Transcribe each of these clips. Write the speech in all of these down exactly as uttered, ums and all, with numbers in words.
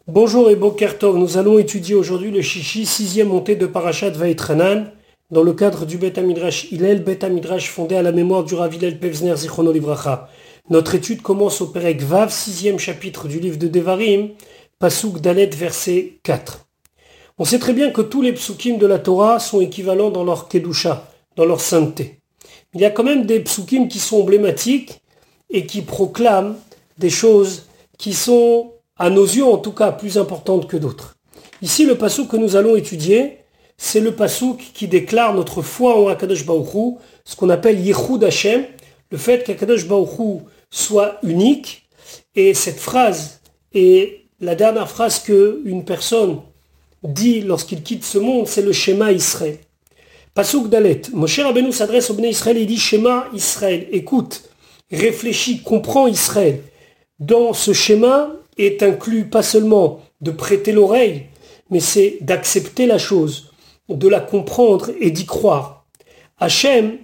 Bonjour et Boker Tov, nous allons étudier aujourd'hui le Shishi, sixième montée de Parashat Vaïtranan, dans le cadre du Bet HaMidrash Hillel, Bet HaMidrash fondé à la mémoire du Rav Hillel Pevzner Zichrono Livracha. Notre étude commence au Perek Vav, sixième chapitre du livre de Devarim, Pasuk Dalet, verset quatre. On sait très bien que tous les psukim de la Torah sont équivalents dans leur Kedusha, dans leur sainteté. Il y a quand même des psukim qui sont emblématiques et qui proclament des choses qui sont, à nos yeux en tout cas, plus importantes que d'autres. Ici, le pasuk que nous allons étudier, c'est le pasuk qui déclare notre foi en Akadosh Baruch Hu, ce qu'on appelle Yichud Hashem, le fait qu'Akadosh Baruch Hu soit unique. Et cette phrase est la dernière phrase qu'une personne dit lorsqu'il quitte ce monde, c'est le Shema Israël. Pasuk Dalet, Moshe Rabbeinu s'adresse au Bnei Israël et il dit Shema Israël, écoute, réfléchis, comprends Israël. Dans ce schéma est inclus pas seulement de prêter l'oreille, mais c'est d'accepter la chose, de la comprendre et d'y croire. Hachem,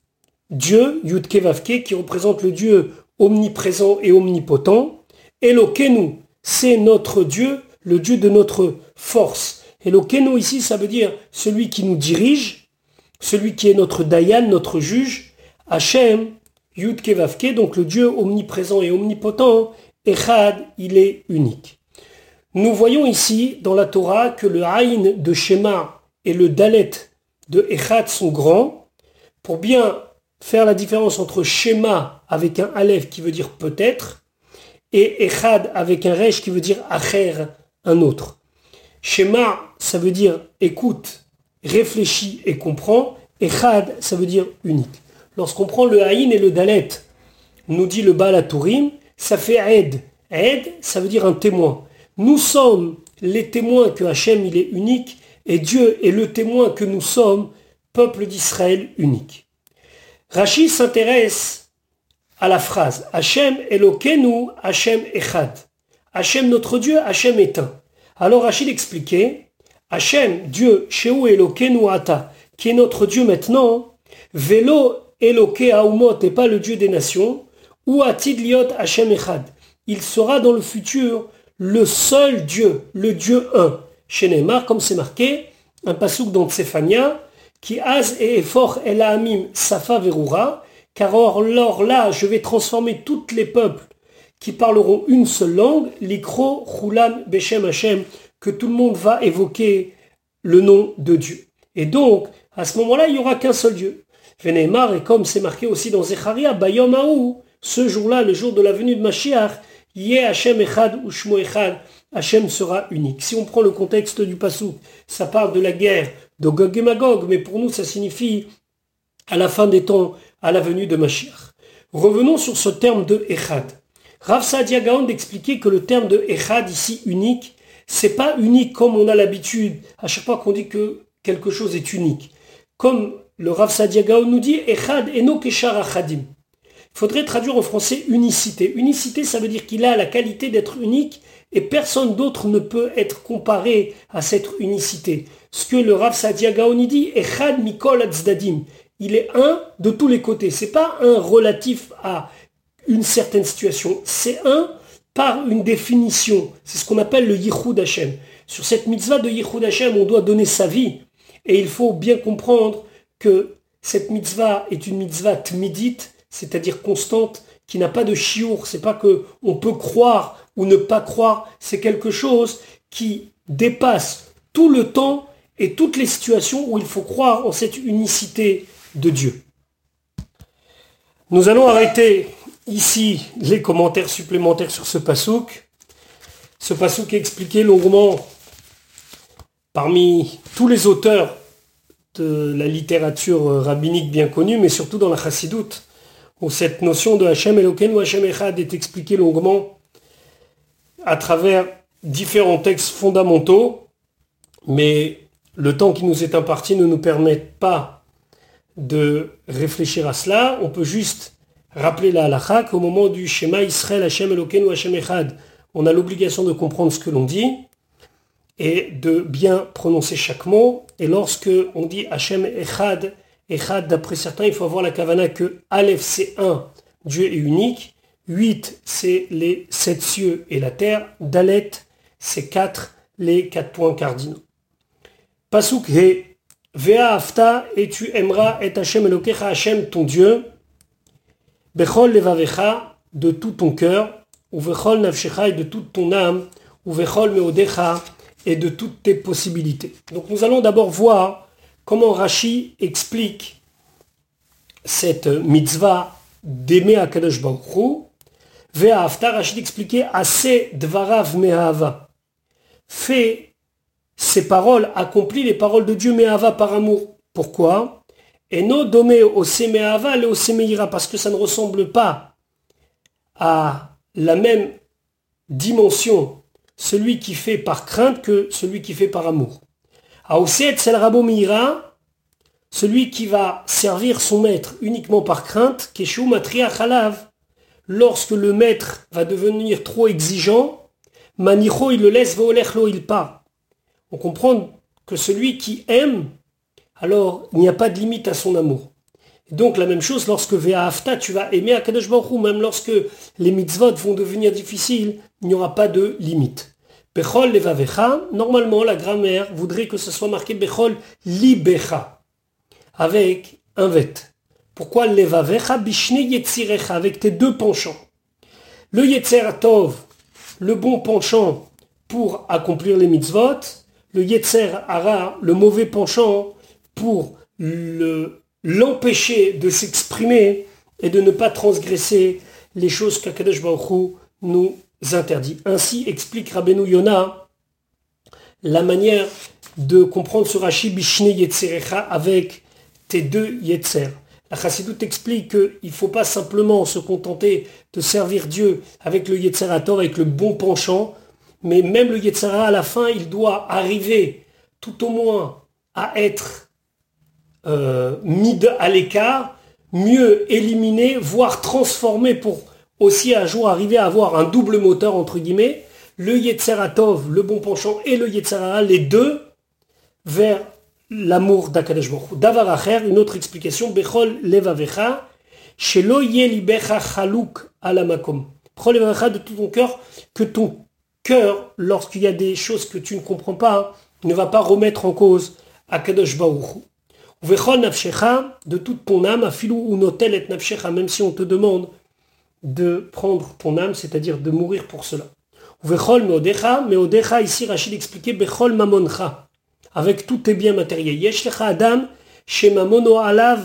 Dieu, Yud-Ke Vav-Ke, qui représente le Dieu omniprésent et omnipotent, Elokenu, c'est notre Dieu, le Dieu de notre force. Elokenu ici, ça veut dire celui qui nous dirige, celui qui est notre Dayan, notre juge. Hachem, Yud-Ke Vav-Ke, donc le Dieu omniprésent et omnipotent, Echad, il est unique. Nous voyons ici dans la Torah que le Aïn de Shema et le Dalet de Echad sont grands. Pour bien faire la différence entre Shema avec un Aleph qui veut dire peut-être et Echad avec un Resh qui veut dire Acher, un autre. Shema, ça veut dire écoute, réfléchis et comprends. Echad, ça veut dire unique. Lorsqu'on prend le Aïn et le Dalet, nous dit le Baal HaTurim, ça fait Aed. Aed, ça veut dire un témoin. Nous sommes les témoins que Hachem, il est unique, et Dieu est le témoin que nous sommes, peuple d'Israël unique. Rashi s'intéresse à la phrase Hachem Elokenu, Hachem Echad. Hachem notre Dieu, Hachem est un. Alors Rashi expliquait Hachem, Dieu, Shehu Elokenu Ata, qui est notre Dieu maintenant, Velo Eloke Haumot n'est pas le Dieu des nations, ou Atid Liot Hachem Echad. Il sera dans le futur le seul Dieu, le Dieu un. Chez Neymar, comme c'est marqué, un pasuk dans Tsefania, qui Az et Efor El Hamim Safa Verura, car or là, je vais transformer tous les peuples qui parleront une seule langue, l'ikro Chulam Beshem Hachem, que tout le monde va évoquer le nom de Dieu. Et donc, à ce moment-là, il n'y aura qu'un seul Dieu. Veneimar, et comme c'est marqué aussi dans Zecharia, Bayom Haou, ce jour-là, le jour de la venue de Mashiach, Yeh Hachem Echad ou Shmo Echad, Hachem sera unique. Si on prend le contexte du pasuk, ça parle de la guerre de Gog et Magog, mais pour nous, ça signifie à la fin des temps, à la venue de Mashiach. Revenons sur ce terme de Echad. Rav Saadia Gaon d'expliquer que le terme de Echad ici unique, c'est pas unique comme on a l'habitude à chaque fois qu'on dit que quelque chose est unique. Comme le Rav Saadia Gaon nous dit Echad eno keshar achadim. Il faudrait traduire en français unicité. Unicité, ça veut dire qu'il a la qualité d'être unique et personne d'autre ne peut être comparé à cette unicité. Ce que le Rav Saadia Gaon dit, Echad mikol atzdadim. Il est un de tous les côtés. C'est pas un relatif à une certaine situation. C'est un par une définition. C'est ce qu'on appelle le Yichud Hashem. Sur cette mitzvah de Yichud Hashem, on doit donner sa vie. Et il faut bien comprendre que cette mitzvah est une mitzvah tmidit, c'est-à-dire constante, qui n'a pas de chiour. C'est pas que on peut croire ou ne pas croire. C'est quelque chose qui dépasse tout le temps et toutes les situations où il faut croire en cette unicité de Dieu. Nous allons arrêter ici les commentaires supplémentaires sur ce pasuk. Ce pasuk est expliqué longuement parmi tous les auteurs de la littérature rabbinique bien connue, mais surtout dans la Chassidoute, où cette notion de Hachem Elokenu, Hachem Echad est expliquée longuement à travers différents textes fondamentaux, mais le temps qui nous est imparti ne nous permet pas de réfléchir à cela. On peut juste rappeler la halakha qu'au moment du Shema Israël, Hachem Elokenu, Hachem Echad, on a l'obligation de comprendre ce que l'on dit et de bien prononcer chaque mot. Et lorsque on dit Hachem Echad, Echad, d'après certains, il faut avoir la kavana que Aleph c'est un, Dieu est unique, huit c'est les sept cieux et la terre, Dalet ces quatre, les quatre points cardinaux. Pasuk he, ve'ahavta, et tu aimeras et Hashem Elokecha, Hashem ton Dieu, bechol levavecha, de tout ton cœur, ou vechol nafshecha, et de toute ton âme, ou vechol meodecha, et de toutes tes possibilités. Donc nous allons d'abord voir comment Rashi explique cette mitzvah d'aimer Akadosh Baruch Hu. Ve'ahavta, Rashi expliquait assez dvarav me'ahava. Fais ces paroles, accomplis les paroles de Dieu me'ahava par amour. Pourquoi? Et no domé au seme'ahava et au seme'ira, parce que ça ne ressemble pas à la même dimension celui qui fait par crainte que celui qui fait par amour. Aoset sel rabo me'ira, celui qui va servir son maître uniquement par crainte, keshu matria chalav, lorsque le maître va devenir trop exigeant, manicho il le laisse, veolechlo il part. On comprend que celui qui aime, alors il n'y a pas de limite à son amour. Et donc la même chose lorsque ve'ahavta, tu vas aimer Akadosh Baruch Hu, même lorsque les mitzvot vont devenir difficiles, il n'y aura pas de limite. Bechol levavecha, normalement la grammaire voudrait que ce soit marqué bechol libecha, avec un vet. Pourquoi levavecha bishne yetzirecha, avec tes deux penchants. Le yetzer atov, le bon penchant pour accomplir les mitzvot, le yetzer hara, le mauvais penchant pour le, l'empêcher de s'exprimer et de ne pas transgresser les choses qu'Akadosh Baruch Hu nous interdit. Ainsi explique Rabbeinu Yonah la manière de comprendre ce Rashi bishne yetzirecha, avec tes deux yetzer. La Chassidoute explique qu'il ne faut pas simplement se contenter de servir Dieu avec le Yetzer Hatov, avec le bon penchant, mais même le Yetzer Hara, à la fin, il doit arriver tout au moins à être euh, mis à l'écart, mieux éliminé, voire transformé pour aussi un jour arriver à avoir un double moteur, entre guillemets, le Yetzer Hatov, le bon penchant, et le Yetzer Hara, les deux, vers l'amour d'Akadosh Baruch Hu. Davar acher, une autre explication, bechol levavecha, shelo yeh libecha chalouk ala makom. Bechol levavecha, de tout ton cœur, que ton cœur, lorsqu'il y a des choses que tu ne comprends pas, ne va pas remettre en cause Akadosh Baruch Hu. Bechol nafshecha, de toute ton âme, afilou unotel et nafshecha, même si on te demande de prendre ton âme, c'est-à-dire de mourir pour cela. Bechol meodecha, meodecha, ici Rachid expliquait, bechol mamoncha, avec tous tes biens matériels. Yeshlecha Adam, Shema Mono Alav,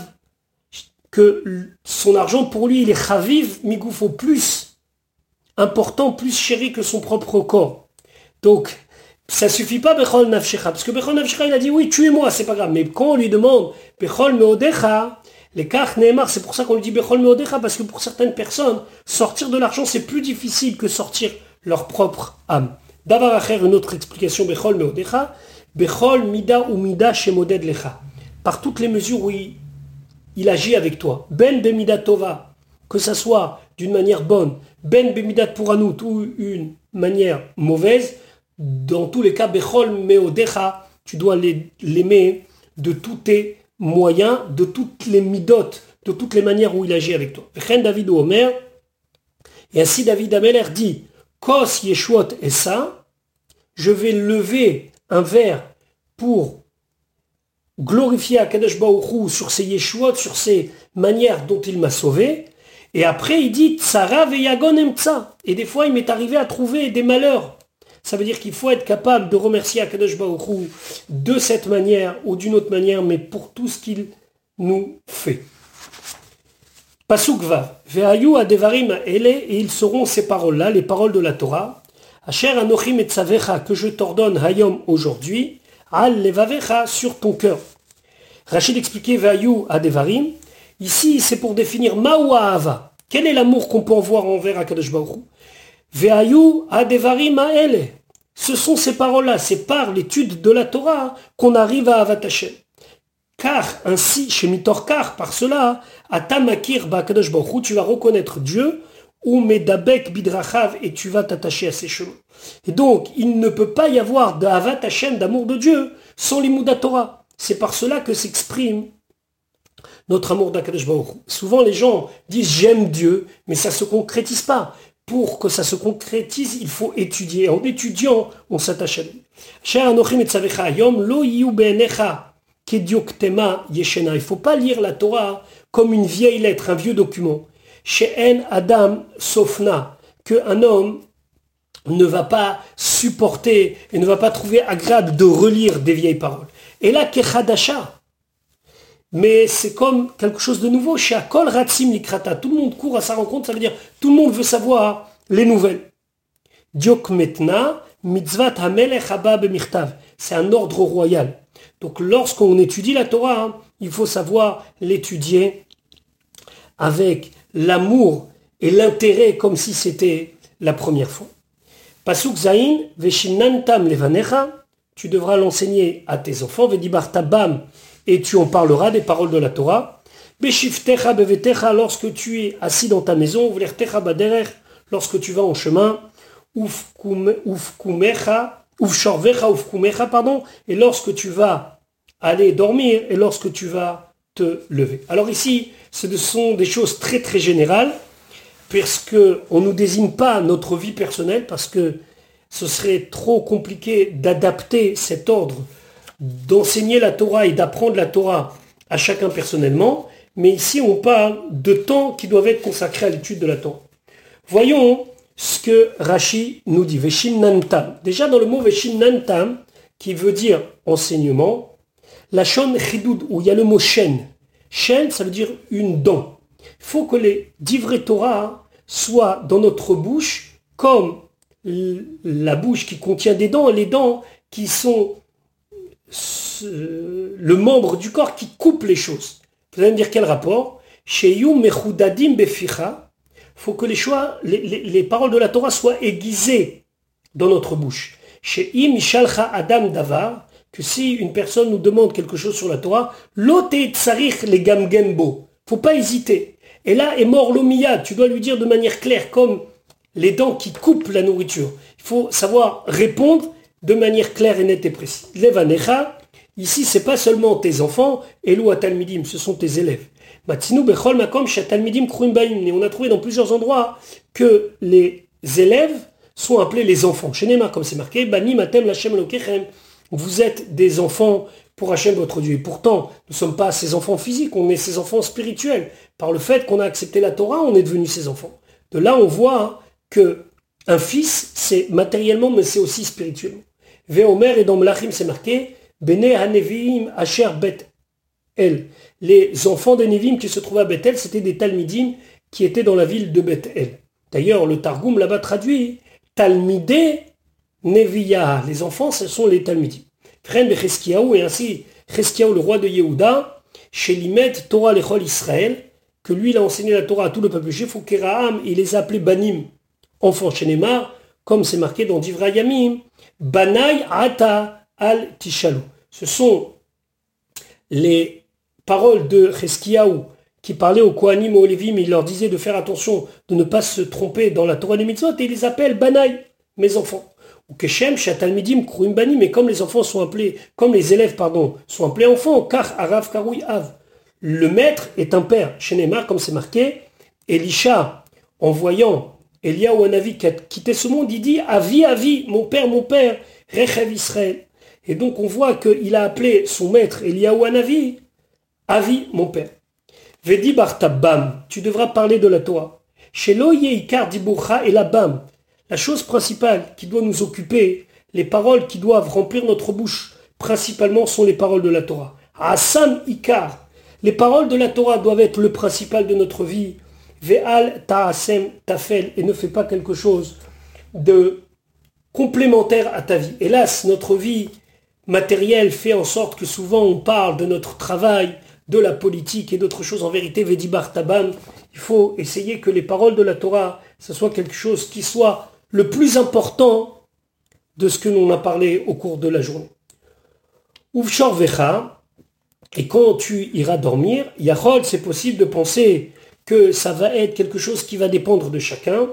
que son argent pour lui il est chaviv, migoufo, plus important, plus chéri que son propre corps. Donc, ça suffit pas Bechol Nafshecha, parce que Bechol Nafshecha il a dit oui, tuez-moi, c'est pas grave. Mais quand on lui demande Bechol Meodecha, les Kach Nehemar, c'est pour ça qu'on lui dit Bechol Meodecha, parce que pour certaines personnes, sortir de l'argent c'est plus difficile que sortir leur propre âme. Davar acher, une autre explication, Bechol Meodecha, Bechol mida ou mida shemoded lecha, par toutes les mesures où il, il agit avec toi. Ben bemida tova, que ça soit d'une manière bonne, ben bemida puranut ou une manière mauvaise, dans tous les cas, bechol meodecha, tu dois l'aimer de tous tes moyens, de toutes les midot, de toutes les manières où il agit avec toi. Chen David ou Omer, et ainsi David Ameler dit, kos yeshuot essa, je vais lever un verre pour glorifier Akadosh Baruch Hu sur ses yeshuot, sur ses manières dont il m'a sauvé. Et après il dit Tsara veyagon emtsa. Et des fois il m'est arrivé à trouver des malheurs. Ça veut dire qu'il faut être capable de remercier Akadosh Baruch Hu de cette manière ou d'une autre manière, mais pour tout ce qu'il nous fait. Pasuk Vav, ve'ayu adevarim ele, et ils seront ces paroles-là, les paroles de la Torah. Asher anochim et tzavecha, que je t'ordonne hayom aujourd'hui, al levavecha, sur ton cœur. Rachid expliquait ve'ayu adevarim. Ici, c'est pour définir ma'u ha'ava. Quel est l'amour qu'on peut avoir envers Akadosh Baruch Hu? Ve'ayu adevarim ha'ele. Ce sont ces paroles-là, c'est par l'étude de la Torah qu'on arrive à Avat Hashem. Car ainsi, chez Mitor, car par cela, Atamakir ba'Akadosh Baruch Hu, tu vas reconnaître Dieu, ou Medabek bidrachav, et tu vas t'attacher à ses chemins. Et donc, il ne peut pas y avoir d'Avat Hashem, d'amour de Dieu, sans l'Imouda Torah. C'est par cela que s'exprime notre amour d'Akadosh Baruch Hu. Souvent, les gens disent j'aime Dieu, mais ça ne se concrétise pas. pour que ça se concrétise, il faut étudier. En étudiant, on s'attache à lui. Il ne faut pas lire la Torah comme une vieille lettre, un vieux document. She'en Adam Sofna, qu'un homme ne va pas supporter et ne va pas trouver agréable de relire des vieilles paroles. Et là, Kechadasha, mais c'est comme quelque chose de nouveau. Chez Akol Ratsim Likrata, tout le monde court à sa rencontre, ça veut dire tout le monde veut savoir les nouvelles. Diok Metna, Mitzvat Hamelech Haba Bemirtav, c'est un ordre royal. Donc lorsqu'on étudie la Torah, hein, il faut savoir l'étudier avec l'amour et l'intérêt comme si c'était la première fois. Pasuk Zain, Veshinantam Levanecha, tu devras l'enseigner à tes enfants, Vedibartabam, et tu en parleras des paroles de la Torah. Beshiftecha bevetecha, lorsque tu es assis dans ta maison, Vlertecha baderer, lorsque tu vas en chemin, Ufkumecha, Ufshorvecha, Ufkumecha, pardon, et lorsque tu vas aller dormir, et lorsque tu vas te lever. Alors ici, ce sont des choses très très générales, puisqu'on ne nous désigne pas notre vie personnelle, parce que ce serait trop compliqué d'adapter cet ordre, d'enseigner la Torah et d'apprendre la Torah à chacun personnellement, mais ici on parle de temps qui doivent être consacrés à l'étude de la Torah. Voyons ce que Rashi nous dit, Veshinnantam. Déjà dans le mot Veshinnantam, qui veut dire enseignement, la shon chidoud, où il y a le mot shen. Shen, ça veut dire une dent. Il faut que les divrei Torah soient dans notre bouche comme la bouche qui contient des dents, et les dents qui sont le membre du corps qui coupe les choses. Vous allez me dire quel rapport? Sheyu mechudadim beficha. Il faut que les, choix, les, les, les paroles de la Torah soient aiguisées dans notre bouche. Sheim mishalcha adam davar, que si une personne nous demande quelque chose sur la Torah, lote tsarich le gamgembo. Faut pas hésiter. Et là est mort l'omiya. Tu dois lui dire de manière claire, comme les dents qui coupent la nourriture. Il faut savoir répondre de manière claire et nette et précise. Levanecha, ici c'est pas seulement tes enfants, Elou Atalmidim, ce sont tes élèves. Matsinu bechol makom shatalmidim kruim baim. Et on a trouvé dans plusieurs endroits que les élèves sont appelés les enfants. Chez Neymar, comme c'est marqué, Banim atem lachem lokechem. Vous êtes des enfants pour Hachem votre Dieu. Et pourtant, nous ne sommes pas ses enfants physiques, on est ses enfants spirituels. Par le fait qu'on a accepté la Torah, on est devenus ses enfants. De là, on voit que un fils, c'est matériellement, mais c'est aussi spirituellement. Veomer, et dans Melachim, c'est marqué, Bene Haneviim Asher Bet El. Les enfants des Nevim qui se trouvaient à Bethel, c'était des Talmidim qui étaient dans la ville de Bethel. D'ailleurs, le Targum là-bas traduit Talmidé Neviya. Les enfants, ce sont les Talmidim. Fren Becheskiaou, et ainsi Cheskiaou, le roi de Yehuda, chez Limet Torah Lechol Israël, que lui, il a enseigné la Torah à tout le peuple juif, ou Keraam, il les a appelés Banim, enfants chez Neymar, comme c'est marqué dans Divra Yamim, Banai Ata Al Tishalou. Ce sont les paroles de Cheskiaou qui parlait aux Kohanim et aux Lévim, il leur disait de faire attention, de ne pas se tromper dans la Torah des Mitzvot, et il les appelle Banai, mes enfants. Ou Keshem, Shatalmidim, Kruim Banim, mais comme les enfants sont appelés, comme les élèves, pardon, sont appelés enfants, car Arav Karoui Av. Le maître est un père. Chez Neymar, comme c'est marqué, Elisha, en voyant Eliaou Hanavi qui a quitté ce monde, il dit Avi, Avi, mon père, mon père, Rechev Israël. Et donc on voit qu'il a appelé son maître Eliaou Hanavi, Avi, mon père. Vedi Bartabam, tu devras parler de la Torah. Chez Loyeikar Dibourcha et la Bam, la chose principale qui doit nous occuper, les paroles qui doivent remplir notre bouche, principalement sont les paroles de la Torah. Asam Ikar, les paroles de la Torah doivent être le principal de notre vie. Ve'al ta'asem tafel, et ne fais pas quelque chose de complémentaire à ta vie. Hélas, notre vie matérielle fait en sorte que souvent on parle de notre travail, de la politique et d'autres choses. En vérité, Vedibar Tabam, il faut essayer que les paroles de la Torah, ce soit quelque chose qui soit le plus important de ce que l'on a parlé au cours de la journée. Uvshor Vecha, et quand tu iras dormir, Yachol, c'est possible de penser que ça va être quelque chose qui va dépendre de chacun.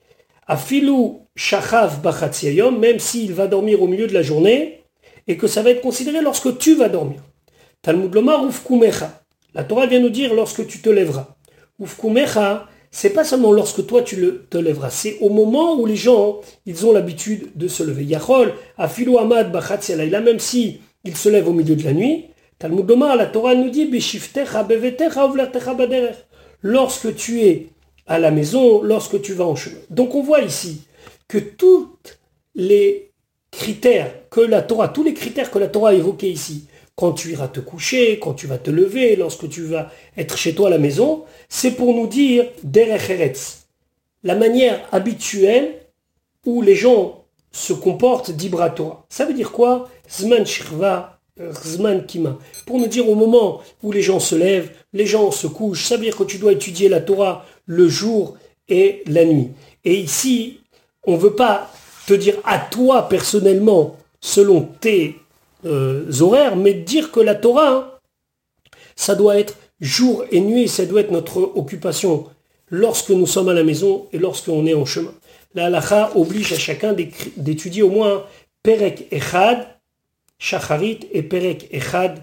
Afilu Shachav Bachatziyayom, même s'il va dormir au milieu de la journée, et que ça va être considéré lorsque tu vas dormir. Talmud Lomar Ufkumecha. La Torah vient nous dire lorsque tu te lèveras. Ufkumecha, c'est pas seulement lorsque toi tu le, te lèveras, c'est au moment où les gens, ils ont l'habitude de se lever. Yachol, Afilo Amad Bachatz Yalayla, même si il se lève au milieu de la nuit, Talmud Omar, la Torah nous dit, Beshiftecha bevetecha uvlertecha baderech. Lorsque tu es à la maison, lorsque tu vas en chemin. Donc on voit ici que tous les critères que la Torah, tous les critères que la Torah a évoqués ici, quand tu iras te coucher, quand tu vas te lever, lorsque tu vas être chez toi à la maison, c'est pour nous dire derech eretz, la manière habituelle où les gens se comportent d'Ibra Torah. Ça veut dire quoi? Zman shirva, zman kima. Pour nous dire au moment où les gens se lèvent, les gens se couchent, ça veut dire que tu dois étudier la Torah le jour et la nuit. Et ici, on ne veut pas te dire à toi personnellement, selon tes euh, horaires, mais dire que la Torah, hein, ça doit être jour et nuit, ça doit être notre occupation lorsque nous sommes à la maison et lorsqu'on est en chemin. La halakha oblige à chacun d'étudier au moins Perek Echad, Shacharit, et Perek Echad,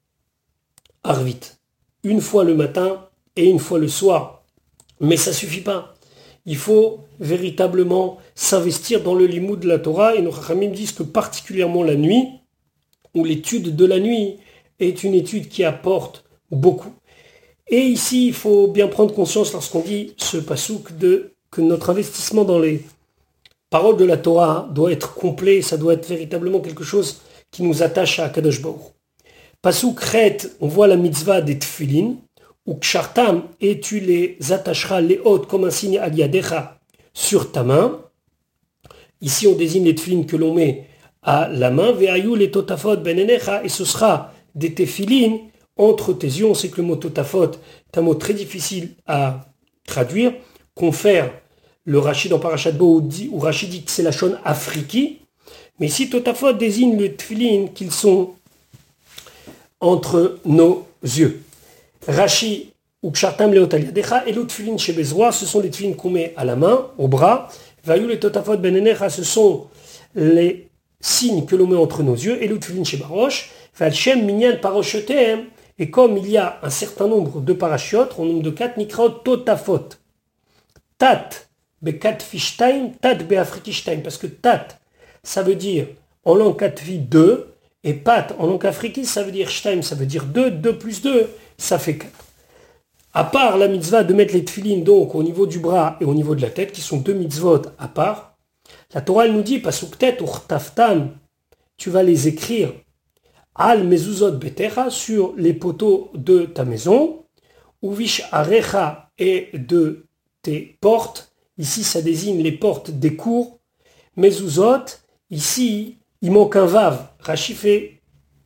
Arvit. Une fois le matin et une fois le soir. Mais ça ne suffit pas. Il faut véritablement s'investir dans le limoud de la Torah. Et nos Chachamim disent que particulièrement la nuit, où l'étude de la nuit est une étude qui apporte beaucoup. Et ici, il faut bien prendre conscience lorsqu'on dit ce pasouk de que notre investissement dans les paroles de la Torah doit être complet, ça doit être véritablement quelque chose qui nous attache à Kadosh Baruch. Pasouk Chet, on voit la mitzvah des tefillin, ou kshartam, et tu les attacheras les hautes comme un signe al yadecha sur ta main. Ici, on désigne les tefillin que l'on met à la main, ve'ayu les totafot ben enecha, et ce sera des tefillin entre tes yeux. On sait que le mot totafot est un mot très difficile à traduire. Confère le Rachid en Parashat Bo, où Rachid dit que c'est la shon afriki, mais ici totafot désigne le tefillin qu'ils sont entre nos yeux. Rashi ou kshartam leotal yadecha et le tefillin chez Bezroa, ce sont les tefillin qu'on met à la main, au bras. Vayu les totafot ben enecha, ce sont les signes que l'on met entre nos yeux, et le tefillin chez Barosh. Val shem minyan paroshotem, et comme il y a un certain nombre de parachiotes, en nombre de quatre, nikraot totafot. Tat bekat fishtaim, tat beafrikishtaim, parce que tat, ça veut dire en langue katvi deux, et pat en langue afriki, ça veut dire shtaim, ça veut dire deux, deux plus deux, ça fait quatre. À part la mitzvah de mettre les tefillin donc au niveau du bras et au niveau de la tête, qui sont deux mitzvot à part, la Torah elle nous dit, pasuk tet urtaftan, tu vas les écrire al mezuzot betecha, sur les poteaux de ta maison, uvish arecha, et de tes portes. Ici, ça désigne les portes des cours. Mezuzot, ici, il manque un vav. Rashi fait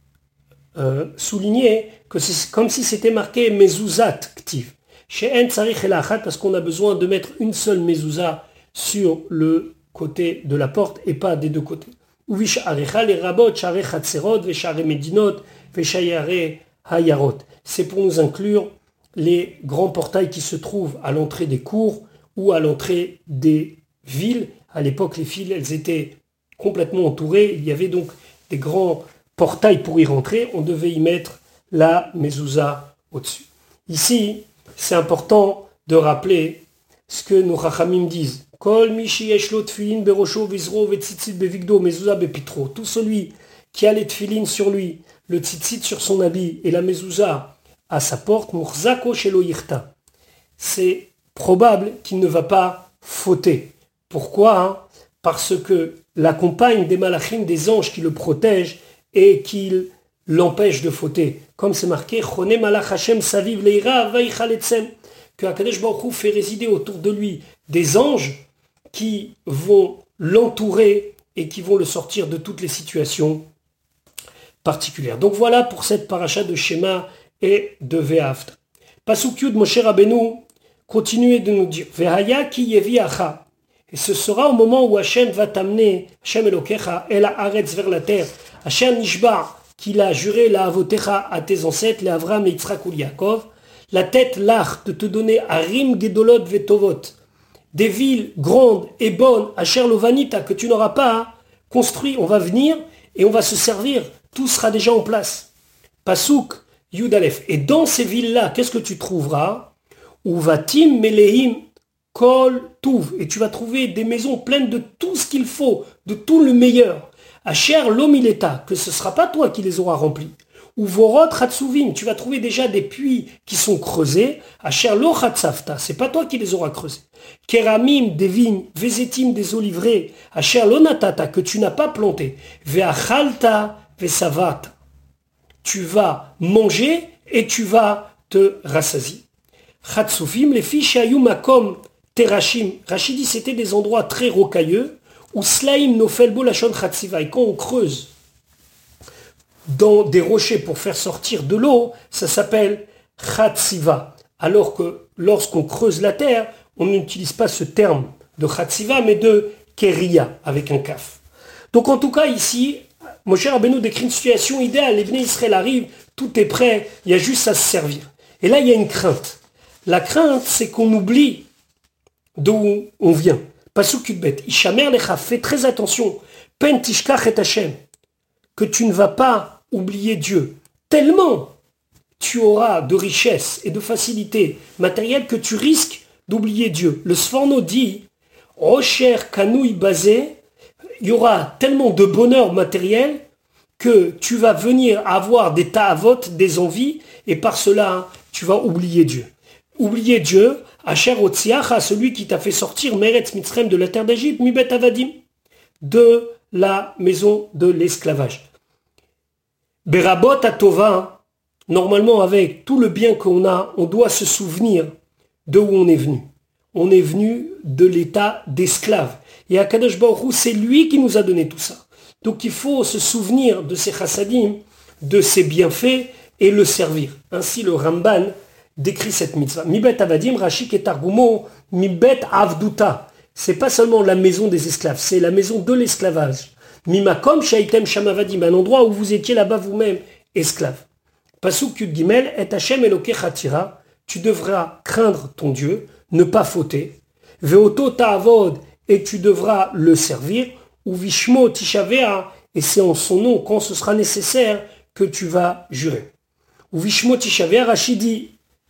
euh, souligner que c'est comme si c'était marqué mezuzat ktiv. Chez En Tsarich El Achat, parce qu'on a besoin de mettre une seule mezuzah sur le côté de la porte et pas des deux côtés. Uvish arecha les rabot, share chatzerot, veshare medinot, veshayare hayarot. C'est pour nous inclure les grands portails qui se trouvent à l'entrée des cours ou à l'entrée des villes. À l'époque, les villes, elles étaient complètement entourées. Il y avait donc des grands portails pour y rentrer. On devait y mettre la mezouza au-dessus. Ici, c'est important de rappeler ce que nos Chachamim disent. Kol mishi yeshlo tefillin berosho vizro vetzitzit bevigdo mezouza bepitro. Tout celui qui a les tefillin sur lui, le tzitzit sur son habit et la mezouza à sa porte, murzako shelo yirta. C'est probable qu'il ne va pas fauter. Pourquoi hein? Parce que la compagne des malachim, des anges qui le protègent et qui l'empêchent de fauter. Comme c'est marqué, Chone malach Hashem saviv leira vaichaletzem, que Akadosh Baruch Hu fait résider autour de lui des anges qui vont l'entourer et qui vont le sortir de toutes les situations particulières. Donc voilà pour cette paracha de Shema et de Ve'ahavta. Pasuk Yud, Moshe Rabbeinu continuez de nous dire Ve'haya ki yevi acha. Et ce sera au moment où Hachem va t'amener, Hachem Elokecha, El haaretz vers la terre, Hachem Nishba, qu'il a juré la avotecha à tes ancêtres, les Avram, les Yitzhak ou Yaakov, la tête l'art de te donner Arim Gedolot Vetovot, des villes grandes et bonnes, Asher Lovanita, que tu n'auras pas construit, on va venir et on va se servir, tout sera déjà en place. Pasuk Yud Aleph. Et dans ces villes-là, qu'est-ce que tu trouveras? Uvatim Meleim Kol Touv, et tu vas trouver des maisons pleines de tout ce qu'il faut, de tout le meilleur. Asher Lomileta, que ce ne sera pas toi qui les auras remplis. Ou Vorot Hatsuvim, tu vas trouver déjà des puits qui sont creusés. Asher Lo Hatsafta, c'est pas toi qui les auras creusés. Keramim, des vignes, Vezetim, des oliveraies. Asher Lo Natata, que tu n'as pas planté. Veachalta, Vesavata. Tu vas manger et tu vas te rassasier. Hatsufim, les fiches Ayumakom Terashim. Rachid dit c'était des endroits très rocailleux. Ou Slaim Nofelbo Lachon Chatsiva. Et quand on creuse dans des rochers pour faire sortir de l'eau, ça s'appelle Chatsiva. Alors que lorsqu'on creuse la terre, on n'utilise pas ce terme de Chatsiva, mais de Keria, avec un kaf. Donc en tout cas ici, Moshe Rabbeinu décrit une situation idéale. Les Bnei Israël arrivent, tout est prêt, il y a juste à se servir. Et là, il y a une crainte. La crainte, c'est qu'on oublie d'où on vient. Pasuk Yudbet, Ishamer lecha, fais très attention. Pen tishkach et Hashem, que tu ne vas pas oublier Dieu. Tellement tu auras de richesse et de facilité matérielle que tu risques d'oublier Dieu. Le Sforno dit, Rocher Kanouï basé, il y aura tellement de bonheur matériel que tu vas venir avoir des ta'avot, des envies, et par cela, tu vas oublier Dieu. Oublier Dieu, Asher Otziach, à celui qui t'a fait sortir Meretz Mitzrayim de la terre d'Égypte, Mibet Avadim, de la maison de l'esclavage. Berabot Atova, normalement avec tout le bien qu'on a, on doit se souvenir de où on est venu. On est venu de l'état d'esclave. Et Akadosh Baruch Hu, c'est lui qui nous a donné tout ça. Donc il faut se souvenir de ses chassadim, de ses bienfaits et le servir. Ainsi le Ramban décrit cette mitzvah. Mibet Avadim, Rachik et Targumo, Mibet Avduta. C'est pas seulement la maison des esclaves, c'est la maison de l'esclavage. Mimakom Shaitem Shamavadim, un endroit où vous étiez là-bas vous-même, esclave. Pasuk Yud Gimel, Et Hashem Eloke Chatira, tu devras craindre ton Dieu, ne pas fauter. Veoto Ta'avod, et tu devras le servir. Ou Vishmo Tishavea, et c'est en son nom, quand ce sera nécessaire, que tu vas jurer. Ou Vishmo Tishavea, Rachid dit,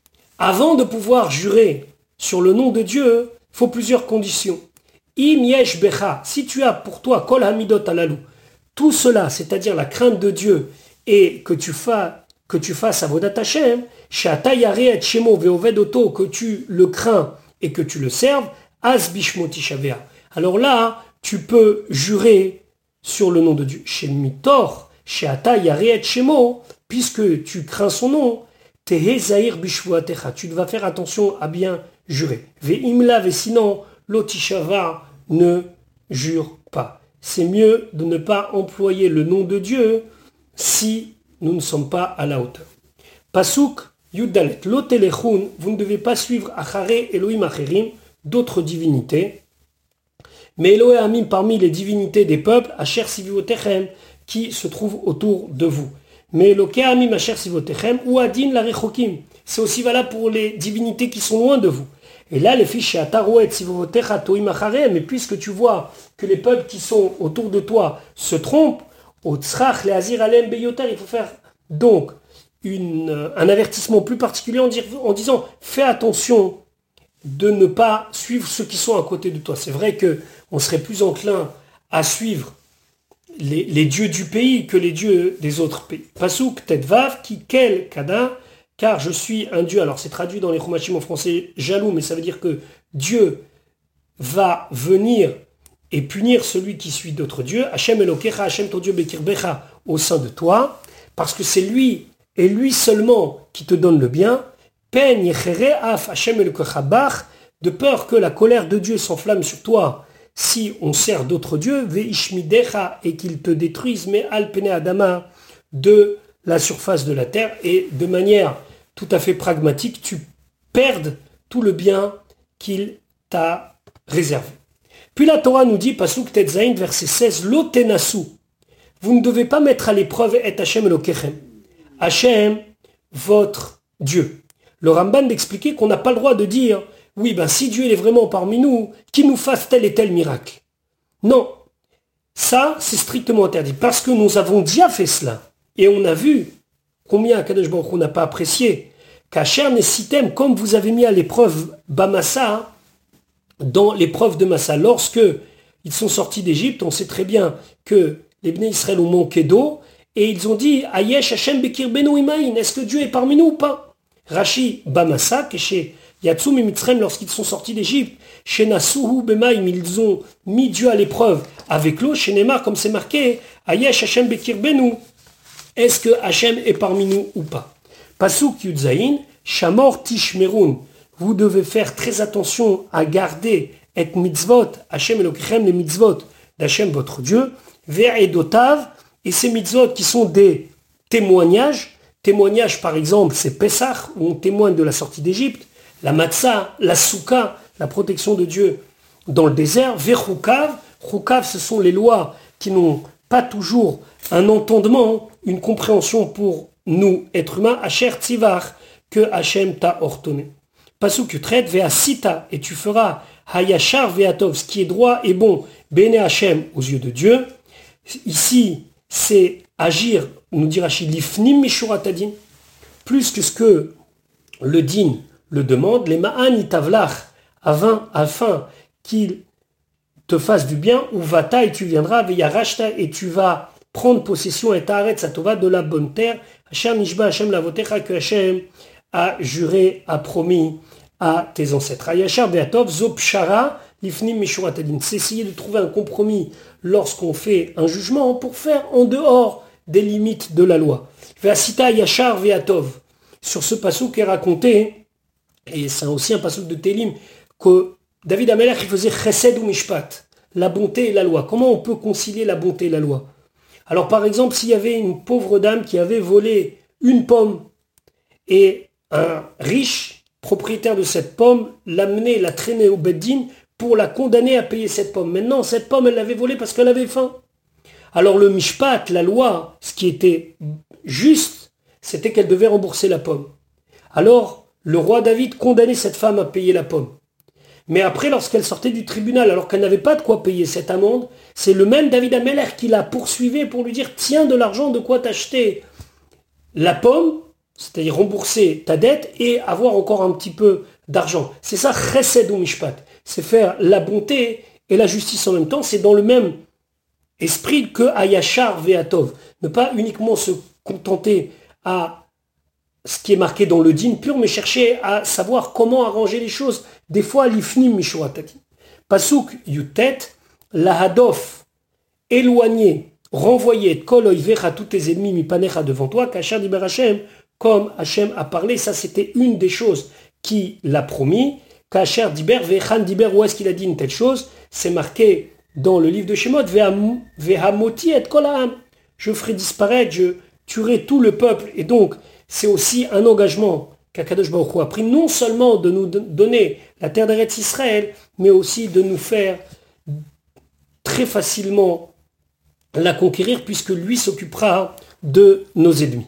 avant de pouvoir jurer sur le nom de Dieu, il faut plusieurs conditions. Im yesh becha, si tu as pour toi kol hamidot alalou, tout cela, c'est-à-dire la crainte de Dieu, et que tu fasses, que tu fasses avodat Hashem, she'ata yareh et shemo ve'oved oto, que tu le crains et que tu le serves, az bishmo tishavea. Alors là, tu peux jurer sur le nom de Dieu. Chez Mitor, she'ata yareh et shemo, puisque tu crains son nom, tehe zahir bishvuatecha, tu devas faire attention à bien jurer. Ve'imla ve sinon, l'otishava, ne jure pas. C'est mieux de ne pas employer le nom de Dieu si nous ne sommes pas à la hauteur. Pasuk Yudalet, l'otelechun, vous ne devez pas suivre Achare Elohim Acherim, d'autres divinités, mais Elohim parmi les divinités des peuples, Asher Sivotechem, qui se trouvent autour de vous. Mais Elohim Asher Sivotechem, ou Adin la Rechokim, c'est aussi valable pour les divinités qui sont loin de vous. Et là, les fiches Atarouet Sivotecha Toim Acharem, et puisque tu vois que les peuples qui sont autour de toi se trompent, au Tzrach le Azir Alem Beyoter, il faut faire donc une, un avertissement plus particulier en, dire, en disant fais attention de ne pas suivre ceux qui sont à côté de toi. C'est vrai qu'on serait plus enclin à suivre les, les dieux du pays que les dieux des autres pays. Pasuk Tetvav ki kel kada, car je suis un Dieu. Alors c'est traduit dans les Chumashim en français jaloux, mais ça veut dire que Dieu va venir et punir celui qui suit d'autres dieux. Hashem Elokecha, Hashem ton Dieu Bekirbecha, au sein de toi, parce que c'est lui et lui seulement qui te donne le bien. Pen Yechere Af Hashem Elokecha Bach, de peur que la colère de Dieu s'enflamme sur toi si on sert d'autres dieux, Veishmidecha, et qu'il te détruise, mais Al Pene Adama, de la surface de la terre, et de manière tout à fait pragmatique, tu perdes tout le bien qu'il t'a réservé. Puis la Torah nous dit, Pasuk Tetzain, verset seize, Lo tenasu, vous ne devez pas mettre à l'épreuve et Hashem Elokechem, Hashem, votre Dieu. Le Ramban d'expliquer qu'on n'a pas le droit de dire, oui, ben si Dieu est vraiment parmi nous, qu'il nous fasse tel et tel miracle. Non, ça c'est strictement interdit, parce que nous avons déjà fait cela, et on a vu combien Akadosh Baruch Hu n'a pas apprécié, qu'Asher Nesitem, comme vous avez mis à l'épreuve Bamassa, dans l'épreuve de Massa. Lorsque ils sont sortis d'Égypte, on sait très bien que les Bnei Israël ont manqué d'eau, et ils ont dit « Ayesh Hashem Bekir Benu Imaïn » est-ce que Dieu est parmi nous ou pas? Rashi Bamassa, que chez Yatsum et Mitzrayim, lorsqu'ils sont sortis d'Égypte, chez Nasuhu Bemaïm, ils ont mis Dieu à l'épreuve avec l'eau, chez Neymar, comme c'est marqué « Ayesh Hashem Bekir Benu » est-ce que Hashem est parmi nous ou pas? Pasuk Yudzaïn, Shamor Tishmerun, vous devez faire très attention à garder et mitzvot, Hashem Elokechem, les mitzvot d'Hashem votre Dieu, ve'edotav, et ces mitzvot qui sont des témoignages, témoignages par exemple c'est Pessah, où on témoigne de la sortie d'Égypte, la matzah, la souka, la protection de Dieu dans le désert, ve'chukav, chukav ce sont les lois qui n'ont pas toujours un entendement, une compréhension pour nous, êtres humains, Asher Tzivar, que Hashem t'a ordonné. Pasuk Yutret, Ve'asita, et tu feras Hayashar Ve'atov, ce qui est droit et bon, Bene Hashem, aux yeux de Dieu. Ici, c'est agir, nous dit Rachid, Lifnim Mishuratadin, plus que ce que le din le demande, les Ma'an Itavlach, afin, afin qu'il te fasse du bien, ou Vata, et tu viendras, Ve'yarashta, et tu vas prendre possession, et Ta'aret Satova, de la bonne terre, Hashem Nishba, Hashem Lavotecha, que Hashem a juré, a promis à tes ancêtres. Ayashar Beatov, Zopshara, Lifnim Mishuratadin. C'est essayer de trouver un compromis lorsqu'on fait un jugement pour faire en dehors des limites de la loi. Veasita Yashar Veatov. Sur ce passouk qui est raconté, et c'est aussi un passouk de Télim, que David Amelech il faisait Chesed ou Mishpat, la bonté et la loi. Comment on peut concilier la bonté et la loi? Alors par exemple, s'il y avait une pauvre dame qui avait volé une pomme, et un riche propriétaire de cette pomme l'amenait, la traînait au Beddin pour la condamner à payer cette pomme. Maintenant, cette pomme, elle l'avait volée parce qu'elle avait faim. Alors le mishpat, la loi, ce qui était juste, c'était qu'elle devait rembourser la pomme. Alors, le roi David condamnait cette femme à payer la pomme. Mais après, lorsqu'elle sortait du tribunal, alors qu'elle n'avait pas de quoi payer cette amende, c'est le même David Amelech qui la poursuivait pour lui dire « Tiens de l'argent, de quoi t'acheter la pomme ?» c'est-à-dire rembourser ta dette et avoir encore un petit peu d'argent. C'est ça, chesed ou mishpat. C'est faire la bonté et la justice en même temps. C'est dans le même esprit que ayashar ve'atov. Ne pas uniquement se contenter à ce qui est marqué dans le din pur, mais chercher à savoir comment arranger les choses. Des fois, l'ifnim mishuratati. Pasuk yutet, lahadof, éloigner, renvoyer, kol oivecha, tous tes ennemis, mipanecha devant toi, kachar diber Hashem, comme Hachem a parlé, ça c'était une des choses qu'il a promis. Kacher diber, vechan diber, où est-ce qu'il a dit une telle chose? C'est marqué dans le livre de Shemot, vehamoti et kolam. Je ferai disparaître, je tuerai tout le peuple. Et donc, c'est aussi un engagement qu'Akadosh Baruch Hu a pris, non seulement de nous donner la terre d'Eretz Israël, mais aussi de nous faire très facilement la conquérir, puisque lui s'occupera de nos ennemis.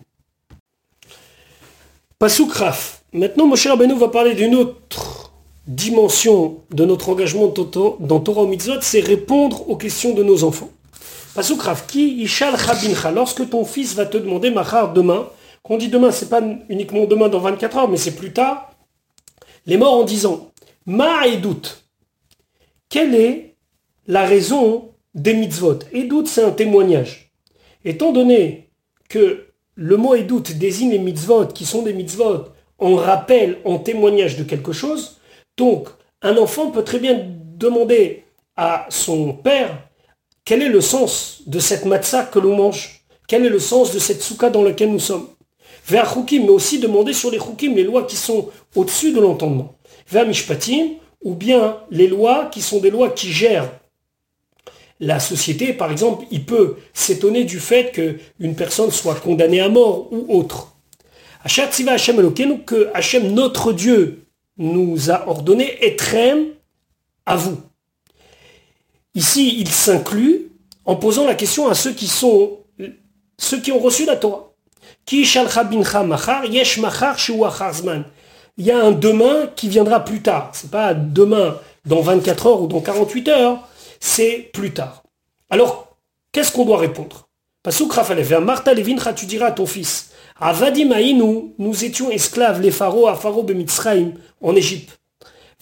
Pasuk Raf. Maintenant, Moshe Rabbeinu va parler d'une autre dimension de notre engagement dans Torah Mitzvot, c'est répondre aux questions de nos enfants. Pasuk Raf. Ki ishal chabincha. Lorsque ton fils va te demander, machar, demain, qu'on dit demain, c'est pas uniquement demain dans vingt-quatre heures, mais c'est plus tard, les morts en disant, ma edout. Quelle est la raison des mitzvot? Edout, c'est un témoignage. Étant donné que le mot edout désigne les mitzvot qui sont des mitzvot en rappel, en témoignage de quelque chose. Donc, un enfant peut très bien demander à son père quel est le sens de cette matzah que l'on mange, quel est le sens de cette souka dans laquelle nous sommes. Vers chukim, mais aussi demander sur les chukim, les lois qui sont au-dessus de l'entendement. Vers mishpatim, ou bien les lois qui sont des lois qui gèrent la société. Par exemple, il peut s'étonner du fait qu'une personne soit condamnée à mort ou autre. Asher tziva Hashem Elokeinu, que Hashem, notre Dieu, nous a ordonné, etrem, à vous. Ici, il s'inclut en posant la question à ceux qui sont, ceux qui ont reçu la Torah. Ki shalcha bincha machar, yesh machar shu achar zman. Il y a un demain qui viendra plus tard. C'est pas demain dans vingt-quatre heures ou dans quarante-huit heures. C'est plus tard. Alors, qu'est-ce qu'on doit répondre? Pasuk Rafalev, Martha Levincha, tu diras à ton fils, Avadim Aïnou, nous étions esclaves, les pharaons, à Pharaon Bemitzraïm, en Égypte.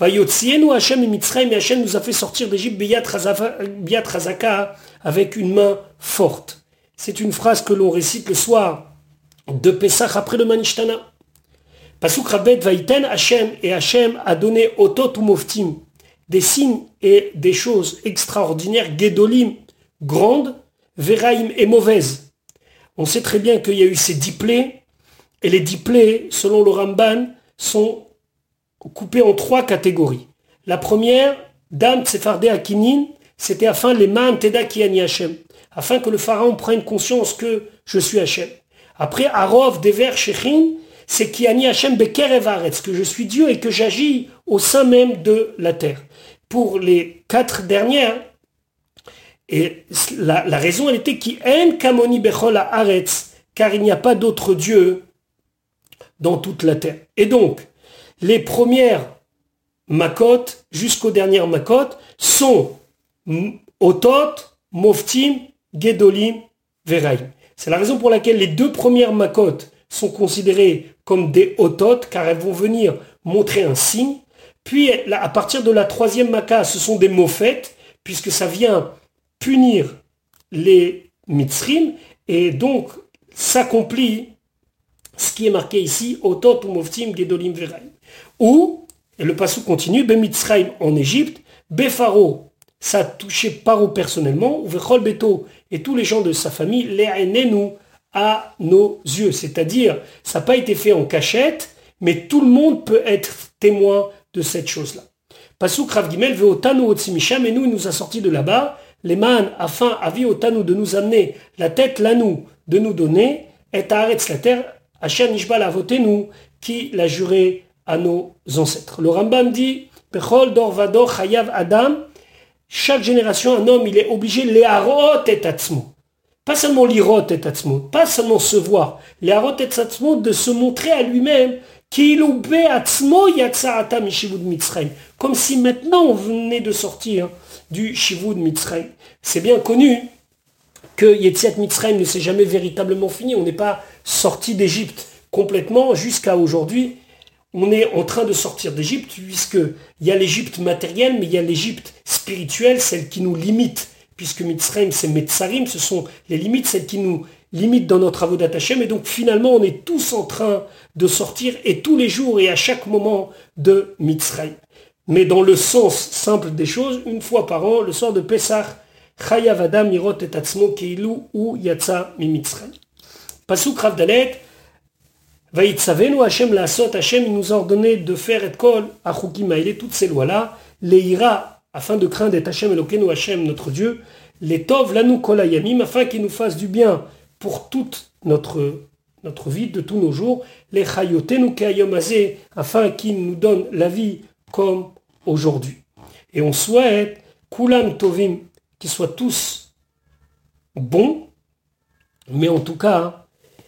Vayotzienu Hashem et Mitzrayim, et Hashem nous a fait sortir d'Égypte Biyat Razaka, avec une main forte. C'est une phrase que l'on récite le soir de Pessah après le Manishtana. Pasuk Rabet Vaïten Hashem, et Hashem a donné Otot ou Moftim, des signes et des choses extraordinaires, Gedolim, grandes, Veraim et mauvaises. On sait très bien qu'il y a eu ces dix plaies, et les dix plaies, selon le Ramban, sont coupées en trois catégories. La première, Dam Tsefardé Akinin, c'était afin les Man Teda Kiani Hashem, afin que le pharaon prenne conscience que je suis Hashem. Après, Arov Dever Shechin, c'est Kiani Hashem Bekerev Haaretz, que je suis Dieu et que j'agis au sein même de la terre. Pour les quatre dernières, et la, la raison elle était qui en kamoni bechol haaretz, car il n'y a pas d'autre Dieu dans toute la terre. Et donc, les premières makot jusqu'aux dernières makot sont otot, moftim, gedolim, veraim. C'est la raison pour laquelle les deux premières makot sont considérées comme des otot, car elles vont venir montrer un signe. Puis, à partir de la troisième maka, ce sont des mofet, puisque ça vient punir les mitzrim, et donc s'accomplit ce qui est marqué ici, Otot ou Moftim, Gedolim, Veraim. Ou, et le passage continue, Bemitzraim en Égypte, Befaro, ça a touché Paro personnellement, ou Vechol Beto, et tous les gens de sa famille, Le'enenu, à nos yeux. C'est-à-dire, ça n'a pas été fait en cachette, mais tout le monde peut être témoin de cette chose-là. Pasuk Rav Gimel, Veotanu Otsimisham, et nous, il nous a sortis de là-bas, les man, afin, avi Otanu, de nous amener la tête, l'anou, de nous donner, et Haaretz, la terre, Asher Nishbal Avotenu, qui l'a juré à nos ancêtres. Le Rambam dit, Bechol Dor Vador Chayav Adam, chaque génération, un homme, il est obligé, Leharot et Atzmo. Pas seulement l'irot et Atzmo, pas seulement se voir, Leharot et Atzmo, de se montrer à lui-même, comme si maintenant on venait de sortir du Shivud Mitzrayim. C'est bien connu que Yetziat Mitzrayim ne s'est jamais véritablement fini. On n'est pas sorti d'Égypte complètement jusqu'à aujourd'hui. On est en train de sortir d'Égypte puisqu'il y a l'Égypte matérielle, mais il y a l'Égypte spirituelle, celle qui nous limite. Puisque Mitzrayim, c'est Metzarim, ce sont les limites, celles qui nous limitent dans notre avodat Hashem. Et donc finalement, on est tous en train de sortir, et tous les jours et à chaque moment, de Mitzrayim. Mais dans le sens simple des choses, une fois par an, le soir de Pesach, Chayav Adam Mirot et Atzmo Keilu ou Yatsa mi Mitzrayim. Pasuk Rav Dalet, Vayitzavenu Hashem Laasot, Hashem il nous a ordonné de faire et kol achukim haile, toutes ces lois-là, les ira, afin de craindre et Hashem Elokeinu Hashem notre Dieu, les tov lanu kol hayamim, afin qu'il nous fasse du bien pour toute notre notre vie de tous nos jours, les chayotenu kayom hazeh, afin qu'il nous donne la vie comme aujourd'hui. Et on souhaite kulam tovim, qu'ils soient tous bons, mais en tout cas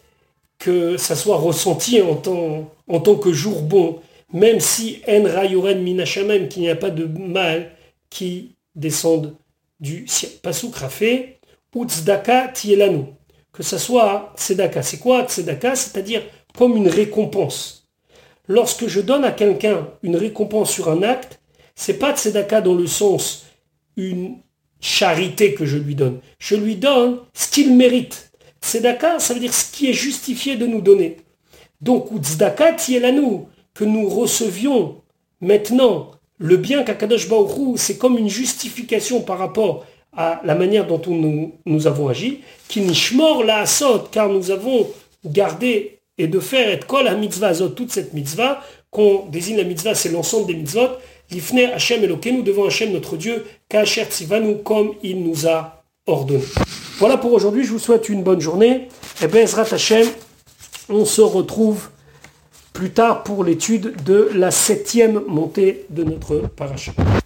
que ça soit ressenti en tant, en tant que jour bon, même si en rayoren minashamem, qu'il n'y a pas de mal qui descende du ciel. Pasuk rafé, utzdaka tielanu, que ça soit tzedaka. C'est quoi tzedaka? C'est-à-dire comme une récompense. Lorsque je donne à quelqu'un une récompense sur un acte, c'est pas tzedaka dans le sens une charité que je lui donne. Je lui donne ce qu'il mérite. Tzedaka, ça veut dire ce qui est justifié de nous donner. Donc, tzedaka tielanu, que nous recevions maintenant le bien qu'Akadosh Baruch Hu, c'est comme une justification par rapport à la manière dont nous, nous avons agi, qui nishmor la asot, car nous avons gardé et de faire et kol ha mitzvah azot, toute cette mitzvah, qu'on désigne la mitzvah, c'est l'ensemble des mitzvot, l'ifne Hashem Elokeinu, devant Hashem notre Dieu, ka'asher tzivanu, comme il nous a ordonné. Voilà pour aujourd'hui, je vous souhaite une bonne journée, et Be'ezrat Hashem, on se retrouve plus tard pour l'étude de la septième montée de notre paracha.